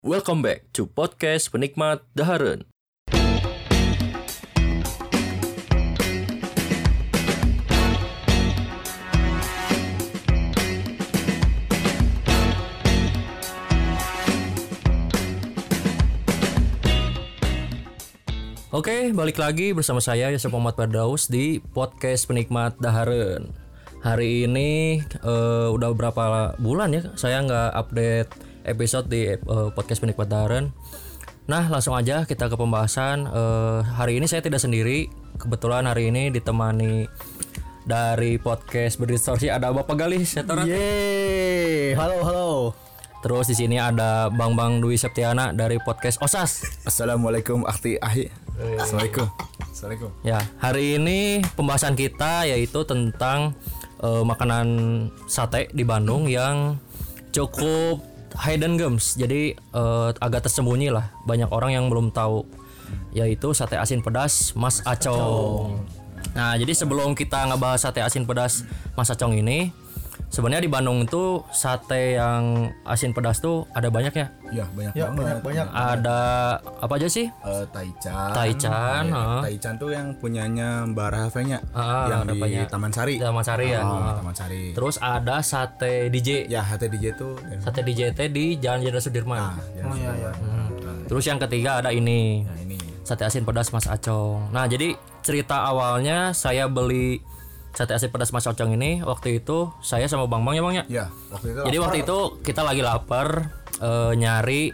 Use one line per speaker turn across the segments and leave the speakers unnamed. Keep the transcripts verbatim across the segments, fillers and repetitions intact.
Welcome back to podcast Penikmat Daharen. Oke, balik lagi bersama saya Yosef Muhammad Firdaus di podcast Penikmat Daharen. Hari ini uh, udah berapa bulan ya saya nggak update episode di uh, podcast Penikmat Daharen. Nah, langsung aja kita ke pembahasan. Uh, hari ini saya tidak sendiri. Kebetulan hari ini ditemani dari podcast Berdistorsi ada Bapak Galih Setoran.
Yeay, halo halo.
Terus di sini ada Bang Bang Dwi Septiana dari podcast Osas.
Assalamualaikum Akti Ahi. Assalamualaikum. Assalamualaikum.
Ya, hari ini pembahasan kita yaitu tentang uh, makanan sate di Bandung yang cukup hidden gems. Jadi uh, agak tersembunyi lah. Banyak orang yang belum tahu, yaitu sate asin pedas Mas Acong. Nah, jadi sebelum kita ngebahas sate asin pedas Mas Acong ini, sebenarnya di Bandung itu sate yang asin pedas tuh ada banyak ya?
Ya, banyak
Ya,
banget.
banyak banyak.
Ada apa aja sih?
Uh, Taichan.
Taichan,
Ya,
heeh.
Taichan tuh yang punyanya Mbak Rahafenya
Ah,
yang di
Rahafenya.
Taman Sari.
Taman Sari ya.
Oh,
Heeh.
Taman Sari.
Terus ada sate D J.
Ya, H T D J tuh.
Sate D J T di Jalan Jenderal Sudirman.
Nah,
Oh iya iya.
Terus yang ketiga ada ini.
Nah, ini.
Sate asin pedas Mas Acong. Nah, jadi cerita awalnya saya beli sate asin pedas Mas Acong ini waktu itu saya sama Bang Bang ya Bang ya.
Ya, waktu itu.
Jadi waktu itu kita lagi lapar eh, nyari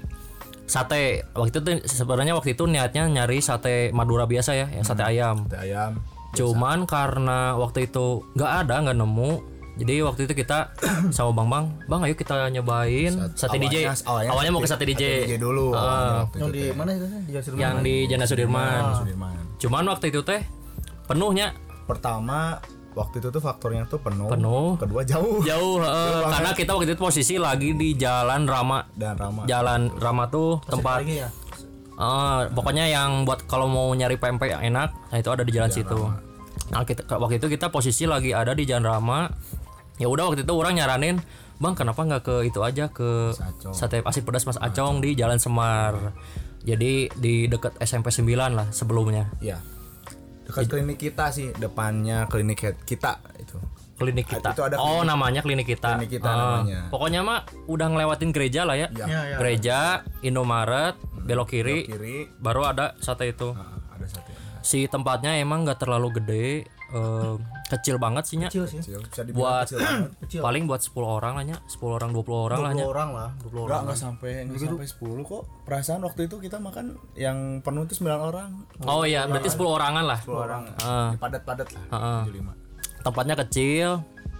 sate. Waktu itu tuh sebenarnya waktu itu niatnya nyari sate Madura biasa ya, yang sate ayam.
Sate ayam.
Cuman karena waktu itu nggak ada, nggak nemu. Jadi waktu itu kita sama Bang Bang, Bang ayo kita nyobain sate D J.
Awalnya- awalnya
Awalnya mau ke sate D J.
Sate D J dulu.
Ah,
awalnya waktu
Yang
itu
di
teh.
mana itu? Di Sudirman.
yang di Jenderal Sudirman.
Sudirman.
Cuman waktu itu teh penuhnya
Pertama, waktu itu tuh faktornya tuh penuh.
Penuh.
Kedua jauh.
jauh eh, karena kita waktu itu posisi lagi di Jalan Rama.
Dan ramah.
Jalan Rama tuh tempat
Lagi ya.
eh, pokoknya yang buat kalau mau nyari pempek yang enak, nah itu ada di jalan situ. Nah, kita waktu itu kita posisi lagi ada di Jalan Rama. Ya udah waktu itu orang nyaranin, "Bang, kenapa nggak ke itu aja ke
Acong.
sate asin pedas Mas Acong di Jalan Semar." Jadi di dekat S M P sembilan lah sebelumnya.
Iya. Dekat klinik kita sih, depannya klinik kita itu.
Klinik kita.
Itu ada
oh,
klinik-
namanya klinik kita.
klinik kita
Ah,
namanya.
Pokoknya mah udah ngelewatin gereja lah ya.
Iya.
Ya, ya.
Gereja, Indomaret, belok kiri,
Kiri
baru ada sate itu.
ah, ada satu.
Si tempatnya emang nggak terlalu gede, eh, kecil banget sih nya.
Kecil sih.
Kecil, bisa dibilang
Buat
kecil banget.
Kecil.
paling buat sepuluh orang lah nya, sepuluh orang dua puluh orang lah
dua
nya.
puluh orang lah, dua puluh
Enggak,
orang.
enggak sampai enggak sampai sepuluh kok. Perasaan waktu itu kita makan yang penuh itu sembilan orang.
Oh iya, berarti sepuluh orangan lah.
sepuluh orang.
Ah.
Padat-padat lah.
Heeh.
tujuh puluh lima.
Tempatnya kecil.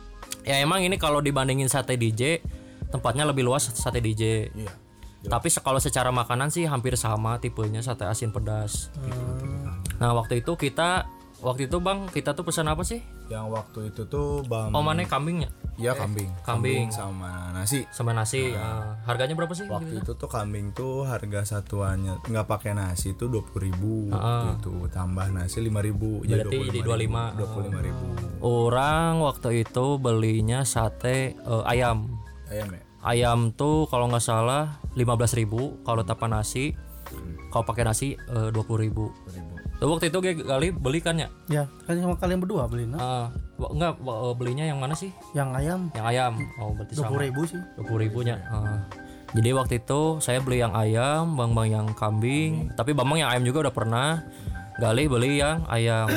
Ya emang ini kalau dibandingin sate D J, tempatnya lebih luas sate D J.
Iya.
Tapi se- kalau secara makanan sih hampir sama tipenya sate asin pedas. Nah, waktu itu kita waktu itu Bang, kita tuh pesan apa sih?
Yang waktu itu tuh bam
Oh, mana kambingnya?
Iya, kambing.
kambing.
sama nasi.
Sama nasi. Ah, harganya berapa sih?
Waktu itu tuh kambing tuh harga satuannya nggak pakai nasi tuh dua puluh ribu gitu, tambah nasi lima ribu,
Berarti jadi dua puluh lima.
dua puluh lima ribu.
Orang waktu itu belinya sate eh, ayam.
Ayam ya.
Ayam tuh kalau nggak salah lima belas ribu kalau tanpa nasi. Kalau pakai nasi eh, dua puluh ribu. Tuh waktu itu gue kali beli kan ya?
Ya, kan sama kalian berdua beli nah.
Ah, wa- enggak wa- belinya yang mana sih?
Yang ayam
Yang ayam. Oh, berarti
dua
sama.
puluh ribu sih.
dua puluh ribunya. Ah. Jadi waktu itu saya beli yang ayam, Bang Bang yang kambing. Tapi Bang Bang yang ayam juga udah pernah. Galih beli yang ayam.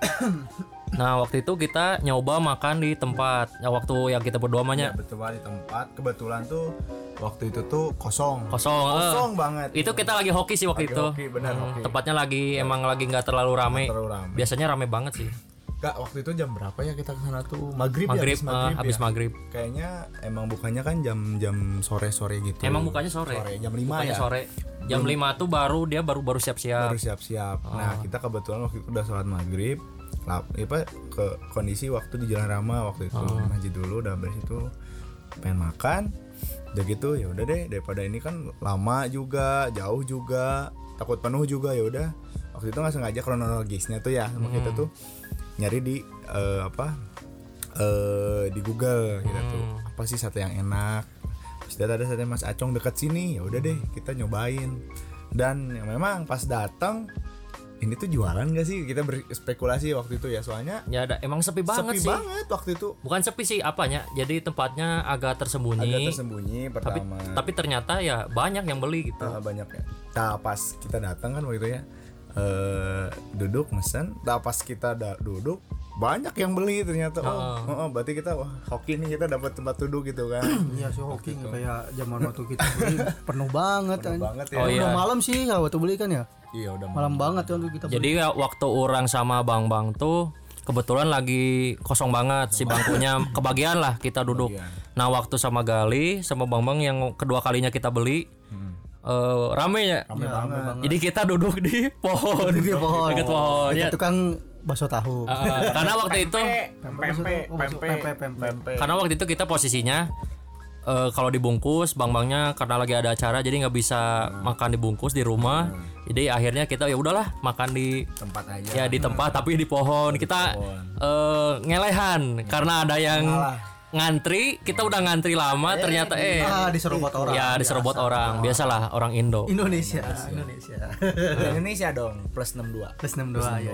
Nah, waktu itu kita nyoba makan di tempat. Ya, waktu yang kita berdua
Ya,
mahnya
betul banget di tempat. Kebetulan tuh waktu itu tuh kosong.
kosong. eh.
Kosong banget.
Itu kita lagi hoki sih waktu
Lagi
itu.
hoki, benar,
Hmm,
hoki.
Tempatnya lagi emang lagi nggak terlalu rame.
terlalu rame.
Biasanya rame banget sih.
Enggak, waktu itu jam berapa ya kita ke sana tuh? Maghrib,
Maghrib,
ya, habis
eh,
maghrib.
habis
ya?
maghrib.
Kayaknya emang bukannya kan jam-jam sore-sore gitu.
Emang bukannya sore.
Sore, jam lima
Bukannya
ya.
sore. Jam lima tuh baru dia baru baru siap-siap.
Baru siap-siap.
Oh.
Nah, kita kebetulan waktu itu udah sholat maghrib. Lap, apa ke kondisi waktu di Jalan Rama waktu itu
Oh.
masjid dulu, udah beres itu pengen makan. Udah gitu ya udah deh, daripada ini kan lama juga, jauh juga, takut penuh juga, ya udah. Waktu itu nggak sengaja kronologisnya tuh ya, sama kita tuh nyari di eh, apa eh, di Google gitu tuh, apa sih sate yang enak. Sudah ada sate Mas Acong dekat sini, ya udah deh kita nyobain. Dan ya memang pas datang ini tuh jualan gak sih? Kita berspekulasi waktu itu ya, soalnya
Ya ada emang sepi banget
sepi
sih.
banget waktu itu.
Bukan sepi sih apanya. Jadi tempatnya agak tersembunyi.
Agak tersembunyi
tapi
pertama.
tapi ternyata ya banyak yang beli gitu.
Uh, banyak ya. Nah pas kita datang kan waktu itu ya, uh, duduk mesen. Nah pas kita da- duduk banyak yang beli ternyata. Oh,
Uh.
oh, oh berarti kita wah hoki nih, kita dapat tempat duduk gitu kan.
Iya sih hoki kayak zaman waktu kita beli penuh banget kan.
Penuh banget ya.
Oh, iya.
Udah malam sih kalau waktu beli kan ya.
Iya udah
Malam banget ya untuk kita beli.
Jadi ya, waktu orang sama Bang Bang tuh kebetulan lagi kosong banget si bangkunya, kebagian lah kita duduk. Nah waktu sama Gali sama Bang Bang yang kedua kalinya kita beli eh, rame ya.
Rame banget.
Jadi kita duduk di pohon,
Di pohon.
dekat pohon ya.
Itu tukang bakso tahu.
Eh, karena waktu itu
Pempek,
Oh, bakso-
pempek,
pempek, pempek.
karena waktu itu kita posisinya eh, kalau dibungkus Bang Bangnya karena lagi ada acara jadi nggak bisa makan dibungkus di rumah. Jadi akhirnya kita ya udahlah makan di
tempat aja.
ya di tempat tapi di pohon. Kita eh, ngelehan karena ada yang ngantri, kita udah ngantri lama ternyata eh
Ah, diserobot orang.
ya diserobot orang. Biasalah orang Indo.
Indonesia, Indonesia.
Indonesia dong plus enam dua.
Plus enam dua ya.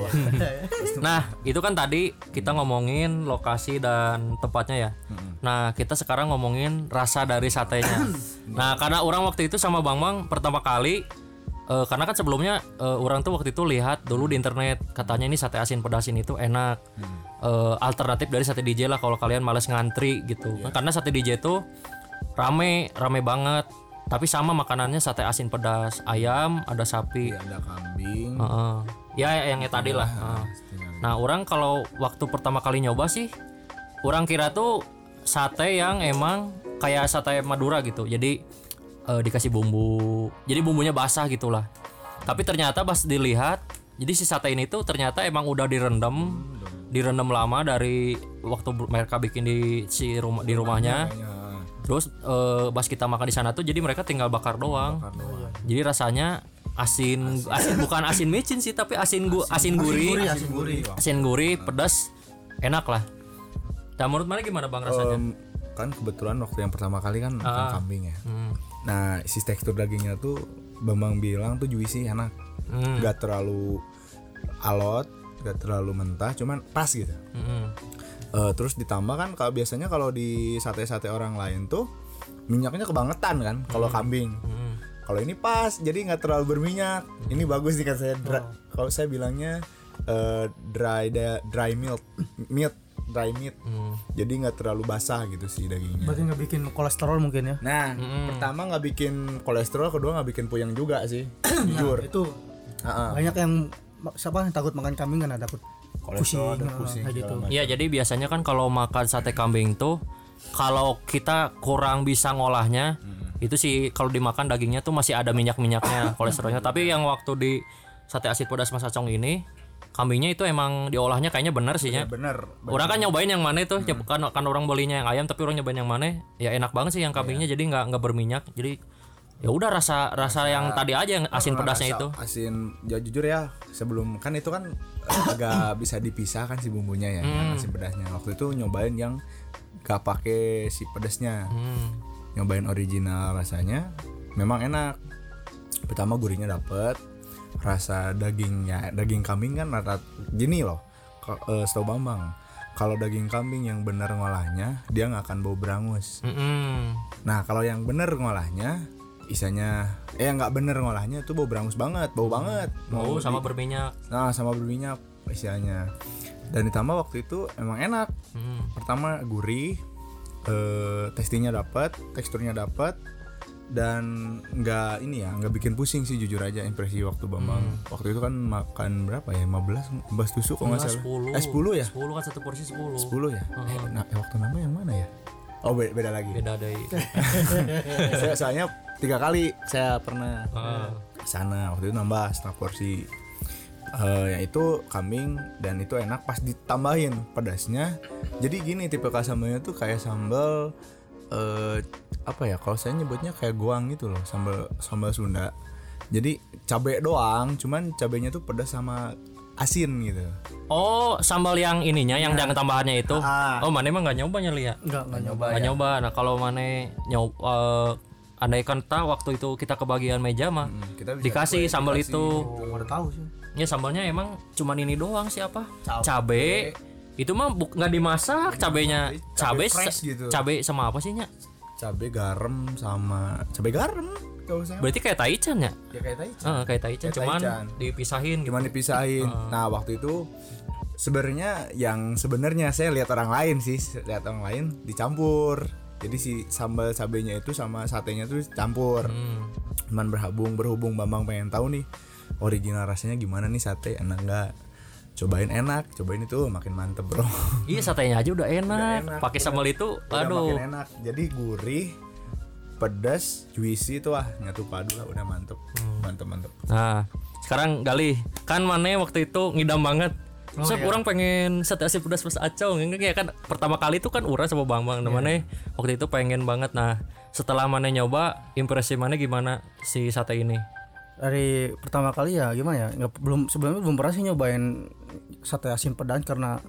Nah, itu kan tadi kita ngomongin lokasi dan tempatnya ya. Nah, kita sekarang ngomongin rasa dari satenya. Nah, karena orang waktu itu sama Bang Bang pertama kali eh, karena kan sebelumnya eh, orang tuh waktu itu lihat dulu di internet katanya ini sate asin pedasin itu enak. Eh, alternatif dari sate D J lah kalau kalian males ngantri gitu. Karena sate D J tuh rame, rame banget. Tapi sama makanannya sate asin pedas ayam, ada sapi.
Ada kambing.
Heeh. Ya yang tadi lah. Heeh. Nah, orang kalau waktu pertama kali nyoba sih, orang kira tuh sate yang emang kayak sate Madura gitu. Jadi eh, dikasih bumbu. Jadi bumbunya basah gitulah. Tapi ternyata pas dilihat, jadi si sate ini tuh ternyata emang udah direndam, direndam lama dari waktu mereka bikin di si rumah di rumahnya. Terus eh, pas kita makan di sana tuh jadi mereka tinggal bakar doang. Jadi rasanya asin, asin bukan asin micin sih tapi asin gu, asin gurih,
Asin gurih.
asin gurih, pedas, enak lah. Dan menurut mana gimana Bang rasanya?
Em, kan kebetulan waktu yang pertama kali kan makan kambing ya.
Hmm.
Nah, si tekstur dagingnya tuh Bambang bilang tuh juicy enak.
Hmm.
Gak terlalu alot, gak terlalu mentah, cuman pas gitu.
Hmm.
Eh, terus ditambah kan kalau biasanya kalau di sate-sate orang lain tuh minyaknya kebangetan kan kalau kambing.
Hmm.
Kalau ini pas, jadi nggak terlalu berminyak. Ini bagus nih kan saya. Dry, kalau saya bilangnya eh, dry da- dry milk, meat, dry meat.
Hmm.
Jadi nggak terlalu basah gitu sih dagingnya.
Berarti nggak bikin kolesterol mungkin ya?
Nah, pertama nggak bikin kolesterol, kedua nggak bikin puyeng juga sih. Jujur.
Itu
Ha-ha.
banyak yang siapa takut makan kambing kan takut
Kolesterol
pusing,
dan
nah,
pusing
kayak gitu.
segala macam.
Iya, jadi biasanya kan kalau makan sate kambing tuh kalau kita kurang bisa ngolahnya, itu sih kalau dimakan dagingnya tuh masih ada minyak-minyaknya, kolesterolnya. Tapi yang waktu di sate asin pedas Mas Acong ini, kambingnya itu emang diolahnya kayaknya bener sih ya.
Bener.
Orang kan nyobain yang mana itu, ya kan kan orang belinya yang ayam tapi orang nyobain yang mana, ya enak banget sih yang kambingnya jadi nggak nggak berminyak. Jadi ya udah rasa rasa yang tadi aja yang asin pedasnya itu.
Asin, ya jujur ya, sebelum kan itu kan eh, agak bisa dipisahkan si bumbunya ya, yang asin pedasnya. Waktu itu nyobain yang gak pakai si pedasnya.
Hmm.
Nyobain original rasanya memang enak. Pertama gurihnya dapet, rasa dagingnya, daging kambing kan rata gini loh. Ko- eh, setahu Bambang, kalau daging kambing yang bener ngolahnya dia nggak akan bau berangus.
Mm-mm.
Nah kalau yang bener ngolahnya, isanya eh nggak bener ngolahnya itu bau berangus banget, bau banget.
Mau
Mau
sama
di-
berminyak.
Nah sama berminyak istilahnya. Dan ditambah waktu itu emang enak.
Hmm.
Pertama gurih, eh, testingnya dapat, teksturnya dapat, dan nggak ini ya, nggak bikin pusing sih jujur aja impresi waktu Bambang. Waktu itu kan makan berapa ya, lima belas lima belas tusuk kalau nggak salah.
sepuluh.
Eh sepuluh ya?
sepuluh kan satu porsi sepuluh.
sepuluh ya? Eh, nah, eh, waktu nama yang mana ya? Oh beda, beda lagi.
Beda dari.
saya soalnya tiga kali saya pernah
Ah.
sana, waktu itu nambah setengah porsi. Eh, ya itu kambing dan itu enak pas ditambahin pedasnya. Jadi gini tipe sambalnya tuh kayak sambal eh, apa ya, kalau saya nyebutnya kayak goang gitu loh, sambal sambal Sunda. Jadi cabai doang, cuman cabainya tuh pedas sama asin gitu.
Oh, sambal yang ininya yang jangan tambahannya itu.
Ah.
Oh, mana emang enggak nyoba nyali ya?
Enggak, enggak nyoba.
Nggak nyoba. Nah, kalau mana nyoba uh, andaikan tahu waktu itu kita kebagian meja mah
Hmm, kita bisa
dikasih
coba,
sambal
dikasih.
itu.
Oh, baru tahu sih.
Ya sambalnya emang cuman ini doang sih apa?
Cabe.
Cabe. Itu mah bu- nggak dimasak cabenya.
Cabe
Cabe
fresh
sa-
gitu.
Cabe sama apa sih nya?
Cabe garam sama cabe garam kalau saya.
Berarti kayak taichan ya?
Ya kayak taichan.
Heeh, kayak taichan
Kayak
cuman
taichan.
dipisahin gitu.
Gimana dipisahin. Nah, waktu itu sebenarnya yang sebenarnya saya lihat orang lain sih, lihat orang lain dicampur. Jadi si sambal cabenya itu sama satenya tuh campur.
Hmm.
Cuman berhubung berhubung Bambang pengen tahu nih original rasanya gimana nih sate, enak nggak? Cobain enak, cobain itu makin mantep bro.
Iya, satenya aja udah enak.
enak,
Pakai sambal itu,
Udah
aduh.
makin enak, jadi gurih, pedas, juicy itu ah nyatu padu lah, udah mantep, mantep mantep.
Nah, sekarang Gali, kan mana waktu itu ngidam banget.
Oh,
Sep,
iya.
orang pengen sate asin pedas plus acong. Ini kan pertama kali itu kan Ura sama Bang Bang. Nah, mana waktu itu pengen banget. Nah, setelah mana nyoba, impresi mana gimana si sate ini?
Dari pertama kali ya gimana ya? Nggak, belum sebelumnya belum pernah sih nyobain sate asin pedas karena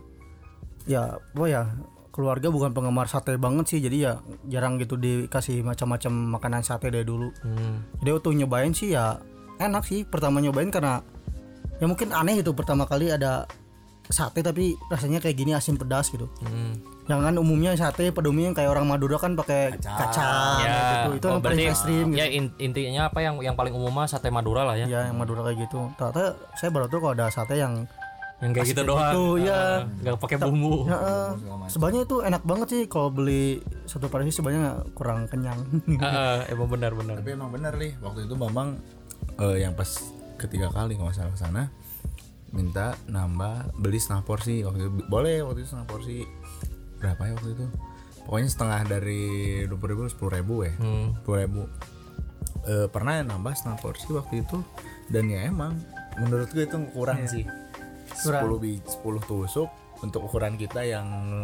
ya apa ya keluarga bukan penggemar sate banget sih, jadi ya jarang gitu dikasih macam-macam makanan sate dari dulu.
Hmm.
Jadi waktu nyobain sih ya enak sih, pertama nyobain karena ya mungkin aneh gitu pertama kali ada sate tapi rasanya kayak gini asin pedas gitu.
Hmm.
Jangan umumnya sate pada umumnya kayak orang Madura kan pakai kacang, gitu. Itu
oh,
yang paling
berarti
ekstrim gitu.
ya in- intinya apa yang yang paling umum mah sate Madura lah ya.
Ya yang Madura kayak gitu. Ternyata saya baru tahu kalau ada sate yang
Yang kayak gitu
kayak
doang.
gitu, ya.
Enggak pakai bumbu.
ya, eh, sebenarnya itu enak banget sih kalau beli satu porsi sebenarnya kurang kenyang.
Heeh, emang benar-benar.
Tapi emang bener nih, waktu itu Bambang eh, yang pas ketiga kali kalau nggak salah kesana minta nambah beli setengah porsi waktu itu. Boleh waktu itu setengah porsi berapa ya waktu itu, pokoknya setengah dari dua puluh ribu sepuluh ribu ya,
Hmm.
sepuluh ribu. Eh, pernah nambah setengah porsi waktu itu dan ya emang menurutku itu kurang sih.
Kurang.
sepuluh bi sepuluh tusuk untuk ukuran kita yang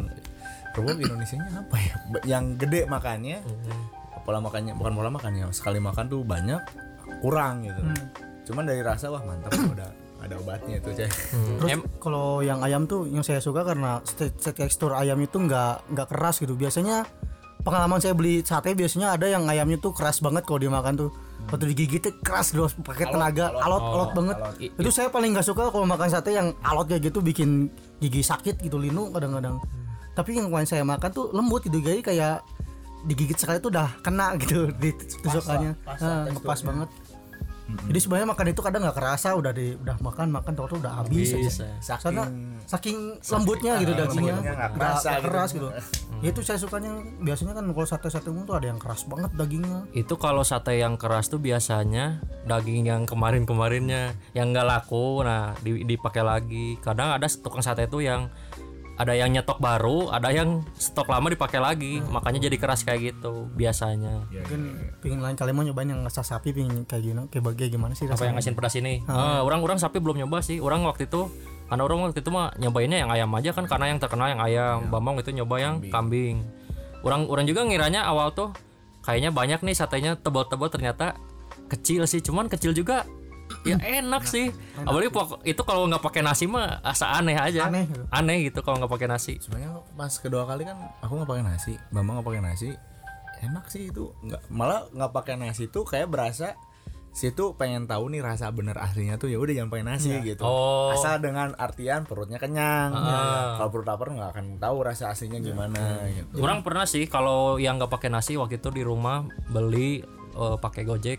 kerupuk Indonesianya apa ya, Ba- yang gede makannya, pola makannya bukan pola makannya, sekali makan tuh banyak kurang gitu. Cuman dari rasa wah mantap udah ada obatnya itu cek.
Hmm.
Terus
Em-
kalau yang ayam tuh yang saya suka karena ste- ste- tekstur ayam itu nggak nggak keras gitu. Biasanya pengalaman saya beli sate biasanya ada yang ayamnya tuh keras banget kalau dimakan tuh. Waktu digigit tuh keras terus pakai tenaga alot alot, banget.
alot.
I-
Itu saya paling nggak suka kalau makan sate yang alot kayak gitu bikin gigi sakit gitu linu kadang-kadang. Tapi yang kemarin saya makan tuh lembut gitu jadi kayak digigit sekali tuh udah kena gitu di tusukannya.
pas
Ah,
lah
ngepas
teksturnya.
banget. Jadi sebenarnya makan itu kadang nggak kerasa udah di udah makan makan tau udah habis.
Habis,
aja.
ya.
Karena saking lembutnya gitu dagingnya
lembutnya nggak
nggak
kerasa
nggak
gitu.
keras gitu. Ya itu saya sukanya biasanya kan kalau sate-sate umum tuh ada yang keras banget dagingnya.
Itu kalau sate yang keras tuh biasanya daging yang kemarin-kemarinnya yang nggak laku, nah di- dipakai lagi. Kadang ada tukang sate tuh yang ada yang nyetok baru, ada yang stok lama dipakai lagi, makanya jadi keras kayak gitu biasanya.
Mungkin pingin lain kali mau nyobain yang rasa sapi pingin kayak gini kayak bagai gimana sih
Apa yang
rasanya?
asin pedas ini? Eh, orang-orang sapi belum nyoba sih. Orang waktu itu, karena orang waktu itu mah nyobainnya yang ayam aja kan, karena yang terkenal yang ayam. Bambang itu nyoba yang kambing. Orang orang juga ngiranya awal tuh kayaknya banyak nih satenya tebal-tebal, ternyata kecil sih. Cuman kecil juga ya enak sih. Apalagi pok- itu kalau nggak pakai nasi mah asa aneh aja.
Aneh gitu.
Aneh gitu kalau nggak pakai nasi.
Sebenarnya pas kedua kali kan aku nggak pakai nasi, Bambang nggak pakai nasi, enak sih itu. Nggak, malah nggak pakai nasi tuh kayak berasa situ pengen tahu nih rasa bener aslinya tuh ya udah jangan pakai nasi gitu.
Oh.
Asal dengan artian perutnya kenyang.
Ah.
Kalau perut lapar nggak akan tahu rasa aslinya gimana gitu.
Orang pernah sih kalau yang nggak pakai nasi waktu itu di rumah beli eh, pakai Gojek.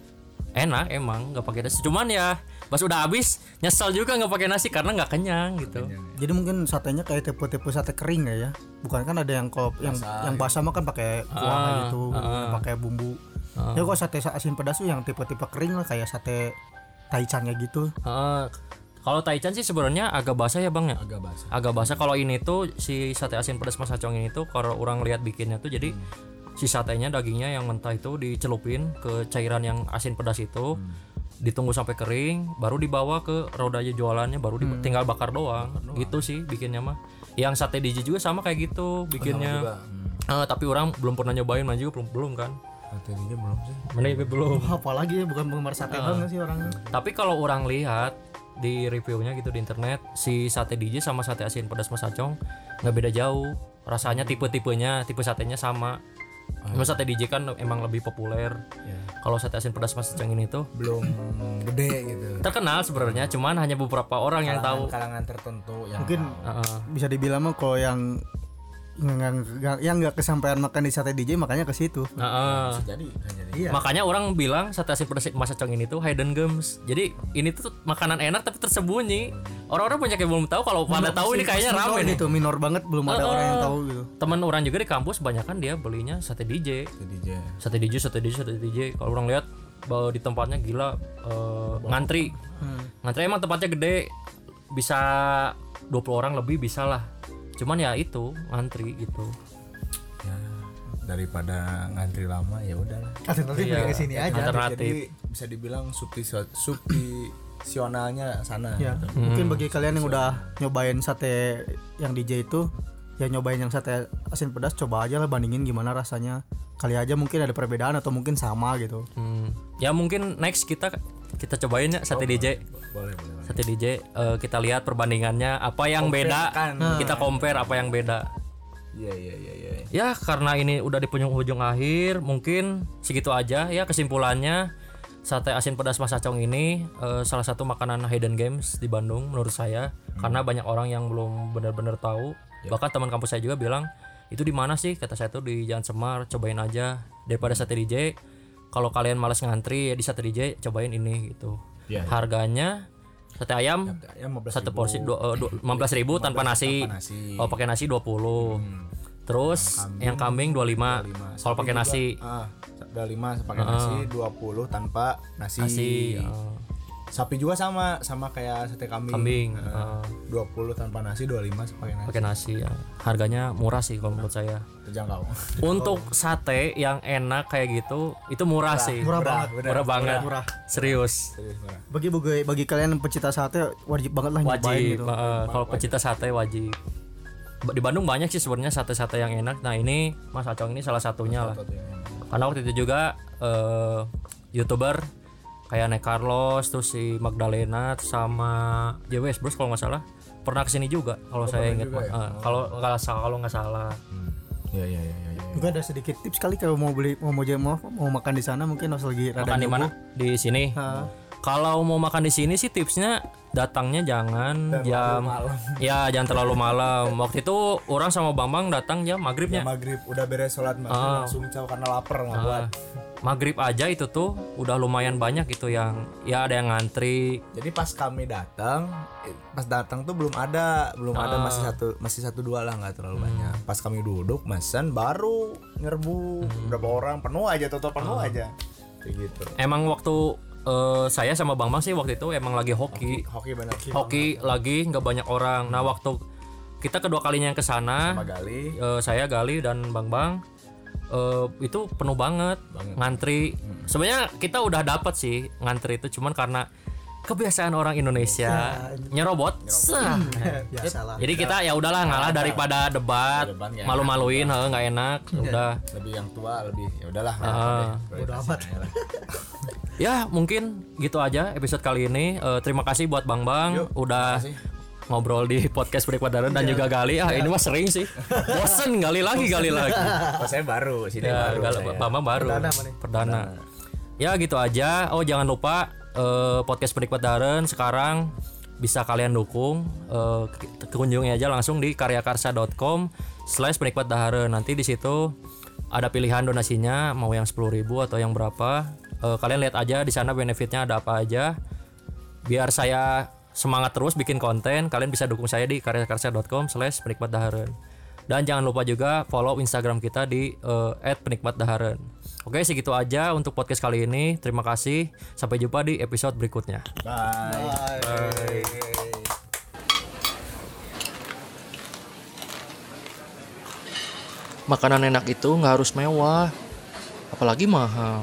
Enak emang nggak pakai nasi. Cuman ya pas udah habis nyesel juga nggak pakai nasi karena nggak kenyang gitu.
Jadi mungkin satenya kayak tipe-tipe sate kering ya ya. Bukan kan ada yang kalau yang yang basah mah kan pakai kuah kayak gitu, yang pakai bumbu. Ya kok sate asin pedas tuh yang tipe-tipe kering lah kayak sate taichannya gitu.
Heeh. Kalau taichan sih sebenarnya agak basah ya bang ya.
Agak basah.
Agak basah. Kalau ini tuh si sate asin pedas mas acong ini tuh kalau orang lihat bikinnya tuh jadi si satenya dagingnya yang mentah itu dicelupin ke cairan yang asin pedas itu. Ditunggu sampai kering, baru dibawa ke roda aja jualannya, baru di- tinggal bakar doang. Gitu sih bikinnya mah. Yang sate Diji juga sama kayak gitu bikinnya.
juga.
Eh, tapi orang belum pernah nyobain, man juga belum belum kan.
Sate D J belum sih.
Mana ya, belum.
Wah, apalagi ya bukan penggemar sate banget sih orangnya.
Tapi kalau orang lihat di reviewnya gitu di internet, si sate D J sama sate asin pedas Mas Acong nggak beda jauh. Rasanya tipe-tipenya, tipe satenya sama. Cuma sate D J kan emang lebih populer.
Ya.
Kalau sate asin pedas Mas Acong ini tuh
Belum gede gitu.
terkenal sebenarnya, cuman hanya beberapa orang yang tahu.
Kalangan tertentu yang
Mungkin
tahu.
Heeh.
bisa dibilang mah kalau yang yang nggak yang nggak kesampaian makan di sate D J makanya ke situ.
Heeh.
Bisa jadi, bisa jadi.
Iya.
Makanya orang bilang sate asin pedas Mas Acong ini tuh hidden gems. Jadi ini tuh makanan enak tapi tersembunyi. Orang-orang banyak yang belum tahu, kalau pada tahu ini kayaknya
Minor
rame nih.
gitu, minor banget belum ada
Heeh.
orang yang tahu gitu.
Teman orang juga di kampus banyak kan dia belinya sate D J.
Itu D J.
Sate D J, sate D J, sate D J. Kalau orang lihat bahwa di tempatnya gila eh, ngantri. Ngantri emang tempatnya gede. Bisa dua puluh orang lebih bisa lah. Cuman ya itu ngantri gitu.
Ya, daripada ngantri lama ya udahlah.
Alternatif
Iya,
ke sini aja.
alternatif.
Jadi bisa dibilang subti subtisionalnya sana.
Ya,
gitu.
mungkin bagi kalian yang udah nyobain sate yang D J itu, ya nyobain yang sate asin pedas, coba aja lah bandingin gimana rasanya. Kali aja mungkin ada perbedaan atau mungkin sama gitu.
Hmm. Ya mungkin next kita kita cobain ya sate D J.
Boleh, boleh. boleh.
Sate D J eh, kita lihat perbandingannya apa yang beda.
Compare-kan.
Kita compare apa yang beda.
Iya, iya, iya, iya.
Ya karena ini udah di penghujung akhir, mungkin segitu aja ya kesimpulannya. Sate asin pedas Mas Acong ini eh, salah satu makanan hidden games di Bandung menurut saya, karena banyak orang yang belum benar-benar tahu. Bahkan teman kampus saya juga bilang, itu di mana sih? Kata saya tuh di Jalan Semar, cobain aja daripada sate D J. Kalau kalian malas ngantri ya di sate D J cobain ini gitu.
Iya, iya.
Harganya sate ayam
Ya, lima belas
satu
ribu.
porsi lima belas ribu tanpa nasi.
tanpa nasi.
Oh pakai nasi dua puluh. Terus yang kambing dua puluh lima. Kalau pakai nasi.
Ah, dua puluh lima pakai nasi, dua puluh tanpa nasi.
Nasi. eh,
Sapi juga sama, sama kayak sate kambing.
Kambing.
Eh,
eh,
dua puluh tanpa nasi, dua puluh lima pakai nasi.
pakai nasi ya. Harganya murah sih kalau menurut saya.
Terjangkau.
Untuk sate yang enak kayak gitu itu murah sih.
Murah
Murah,
banget.
bener.
Murah banget.
Murah.
Serius.
Serius, murah.
Bagi bagi bagi kalian yang pecinta sate wajib banget lah nyobain
Wajib.
gitu.
eh, kalau pecinta sate wajib. Ba- Di Bandung banyak sih sebenarnya sate-sate yang enak. Nah, ini Mas Acong ini salah satunya lah.
Satu yang enak.
Karena waktu itu juga eh, YouTuber kayak Nek Carlos, terus si Magdalena sama J W S Bros kalau nggak salah pernah kesini juga kalau saya ingat.
juga ya?
Eh, kalau nggak salah kalau nggak salah.
Hmm. Iya, iya, iya, iya. Ya.
Juga ada sedikit tips kali kalau mau beli mau mau mau, mau makan di sana mungkin harus lagi rada
Makan di
nyoba.
mana? Di sini.
Hah.
Kalau mau makan di sini sih tipsnya datangnya jangan jam
malam.
ya jangan terlalu malam. Waktu itu orang sama Bambang datang jam maghribnya.
Maghrib udah beres sholat maghrib
Ah.
langsung caw karena lapar nggak kuat.
Ah, maghrib aja itu tuh udah lumayan banyak gitu yang ya ada yang ngantri.
Jadi pas kami datang, eh, pas datang tuh belum ada, belum ada masih satu, masih satu dua lah nggak terlalu banyak. Pas kami duduk mesen baru nyerbu berapa orang penuh aja, total penuh aja, kayak gitu.
Emang waktu eh, saya sama Bambang sih waktu itu emang lagi hoki.
Hoki bener.
Hoki lagi nggak banyak orang. Nah waktu kita kedua kalinya yang kesana,
Sama Gali.
eh, saya Gali dan Bang Bang eh, itu penuh banget, ngantri. Sebenarnya kita udah dapat sih ngantri itu, cuman karena kebiasaan orang Indonesia nyerobot. Sah.
Biasalah.
Jadi kita ya udahlah ngalah daripada debat,
Debat nggak
malu-maluin, heh, nggak enak. Udah.
Lebih yang tua lebih ya udahlah.
Ah.
Bodo amat.
Ya mungkin gitu aja episode kali ini. Eh, terima kasih buat Bang Bang
Yuk,
udah
terima kasih.
ngobrol di podcast Break Padaran dan juga Gali. Ah ini mah sering sih. Bosen gali lagi gali lagi.
Oh, saya baru, sini
Ya,
baru.
Gal-
saya.
Bang Bang baru.
Perdana apa nih?
Perdana. Ya gitu aja. Oh jangan lupa eh, podcast Break Padaran sekarang bisa kalian dukung. Eh, ke- kunjungi aja langsung di karyakarsa dot com slash penikmat daharen. Nanti di situ ada pilihan donasinya mau yang sepuluh ribu atau yang berapa. Eh, kalian lihat aja di sana benefitnya ada apa aja. Biar saya semangat terus bikin konten, kalian bisa dukung saya di karyakarsa dot com slash penikmat daharen. Dan jangan lupa juga follow Instagram kita di eh, at penikmat daharen. Oke segitu aja untuk podcast kali ini. Terima kasih. Sampai jumpa di episode berikutnya.
Bye. Bye.
Makanan enak itu nggak harus mewah, apalagi mahal.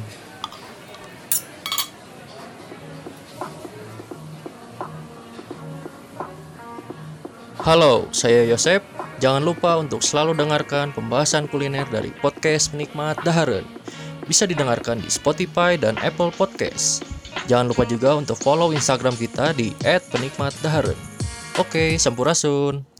Halo, saya Yosep. Jangan lupa untuk selalu dengarkan pembahasan kuliner dari podcast Penikmat Daharen. bisa didengarkan di Spotify dan Apple Podcast. Jangan lupa juga untuk follow Instagram kita di et penikmat dahareun. Oke, sampurasun.